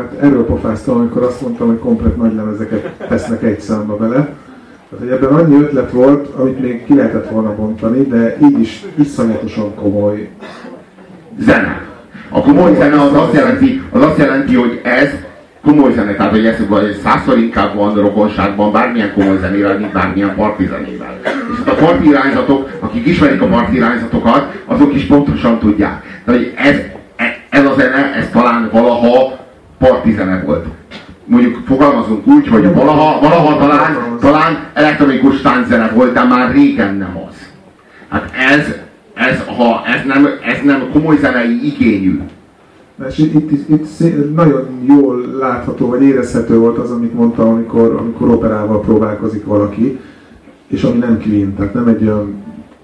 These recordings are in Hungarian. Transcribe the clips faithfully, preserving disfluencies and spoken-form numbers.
hát erről pofáztam, amikor azt mondtam, hogy komplet nagy lemezeket tesznek egy számba bele. Tehát, hogy ebben annyi ötlet volt, amit még ki lehetett volna bontani, de így is iszonyatosan komoly zene. A komoly zene az azt jelenti, az azt jelenti hogy ez komoly zene, tehát hogy ez százszor inkább van rokonságban bármilyen komoly zenével, mint bármilyen parti zenével. És a parti irányzatok, akik ismerik a parti irányzatokat, azok is pontosan tudják. Tehát, hogy ez, ez a zene, ez talán valaha parti zene volt. Mondjuk fogalmazunk úgy, hogy valaha, valaha talán, talán elektronikus tánczene volt, de már régen nem az. Hát ez, ez, ha ez nem, ez nem komoly zenei igényű. És itt, itt, itt nagyon jól látható, vagy érezhető volt az, amit mondtam, amikor, amikor operával próbálkozik valaki, és ami nem clean, tehát nem egy olyan,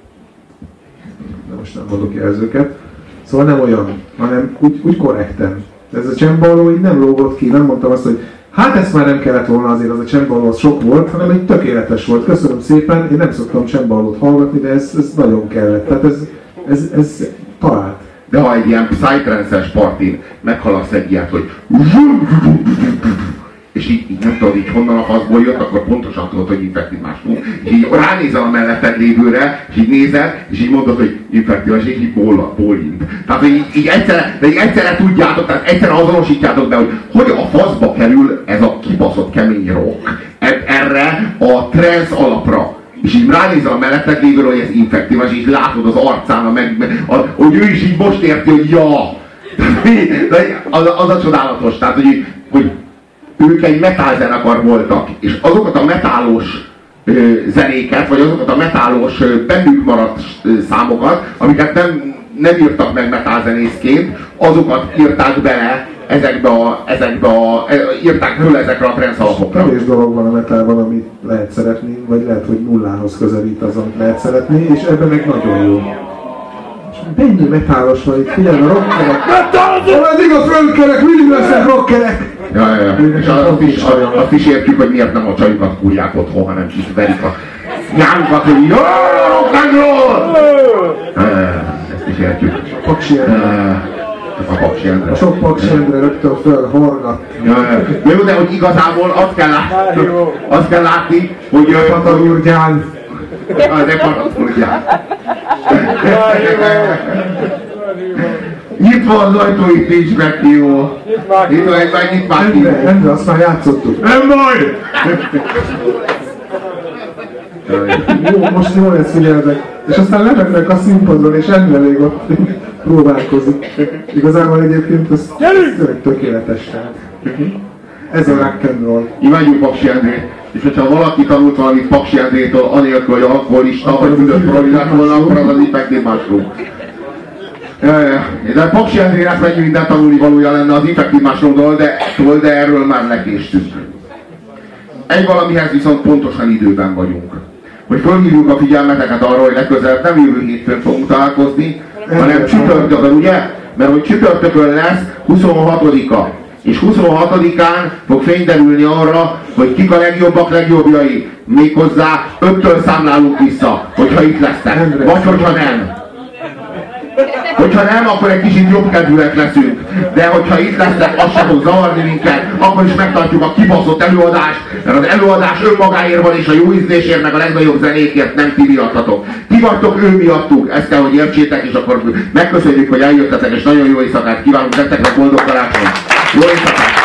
de most nem mondok jelzőket, szóval nem olyan, hanem úgy, úgy korrekten. Ez a csembaló így nem lógott ki, nem mondtam azt, hogy hát ezt már nem kellett volna, azért az a csembaló az sok volt, hanem egy tökéletes volt. Köszönöm szépen, én nem szoktam csembalót hallgatni, de ez, ez nagyon kellett, tehát ez, ez, ez talált. De ha egy ilyen psytrance-es partin meghallasz egy ilyet, hogy és így, így nem tudod, így honnan a faszból jött, akkor pontosan tudod, hogy infektív másról. És így ránézel a melletted lévőre, és így nézel, és így mondod, hogy infektív, és így ból, bólint. Tehát, hogy így, így egyszerre, de így egyszerre tudjátok, tehát egyszerre azonosítjátok be, hogy hogy a faszba kerül ez a kibaszott kemény rock erre a trance alapra. És így ránézel a melletted lévőre, hogy ez infektív, és így látod az arcán, a meg, a, hogy ő is így most érti, hogy ja! Az, az a csodálatos, tehát, hogy, hogy ők egy metal zenekar voltak, és azokat a metálos ö, zenéket, vagy azokat a metálos ö, bennük maradt ö, számokat, amiket nem, nem írtak meg metal zenészként, azokat írták bele ezekbe a, ezekbe a, írták föl ezekre a trance alapokra. Kevés dolog van a metalban, amit lehet szeretni, vagy lehet, hogy nullához közelít az, amit lehet szeretni, és ebben meg nagyon jó. És mennyi metálos van itt, figyelj a rockerek! Metal! Eddig a fölkerek, mindig lesznek rockerek! Ja, ja, ja. És azt is, azt is értjük, hogy miért nem a csajukat kúrják otthon, hanem kis verik a nyárukat, hogy jó, rock and roll! Ezt is értjük. Paksi Endre. A Paksi Endre. Sok Paksi Endre rögtön föl, horgat. Ja, ja. Jó, de hogy igazából azt kell látni, azt kell látni, hogy... Patanurgyán. De Patanurgyán. Nyitva az ajtó, itt nincs meg, jó. Itt van egy meg, nyit már ki. Endre, Endre, azt már játszottuk. Nem baj! Jó, most jól lesz, figyelmek. És aztán lemennek a színpadon, és Endre még ott próbálkozik. Igazából egyébként ez tényleg tökéletes. Ez a rock and roll. Imádjuk Paksi Endrét. És hogyha valaki tanult valamit Paksi Endrétől, anélkül, hogy alkoholista, vagy küldött prolizát volna, akkor az az Infected Mushroom. Ja, ja. De Paksi Endrének mennyi minden tanulni valója lenne az Infected Mushroomtól, de, de erről már lekéstünk. Egy valamihez viszont pontosan időben vagyunk. Hogy fölhívjuk a figyelmeteket arra, hogy legközelebb nem jövő hétfőn fogunk találkozni, hanem csütörtökön, ugye? Mert hogy csütörtökön lesz huszonhatodika. És huszonhatodikán fog fényderülni arra, hogy kik a legjobbak, legjobbjai. Méghozzá öttől számlálunk vissza, hogyha itt lesznek. Vagy hogyha nem. Hogyha nem, akkor egy kicsit jobb kedvűek leszünk. De hogyha itt lesznek, az sem fog zavarni minket, akkor is megtartjuk a kibaszott előadást, mert az előadás önmagáért van, és a jó ízlésért, meg a legnagyobb zenékért nem ti miattatok. Ti vagytok ő miattuk, ezt kell, hogy értsétek, és akkor megköszönjük, hogy eljöttetek, és nagyon jó éjszakát kívánunk nektek, boldog karácsonyt! Jó éjszakát!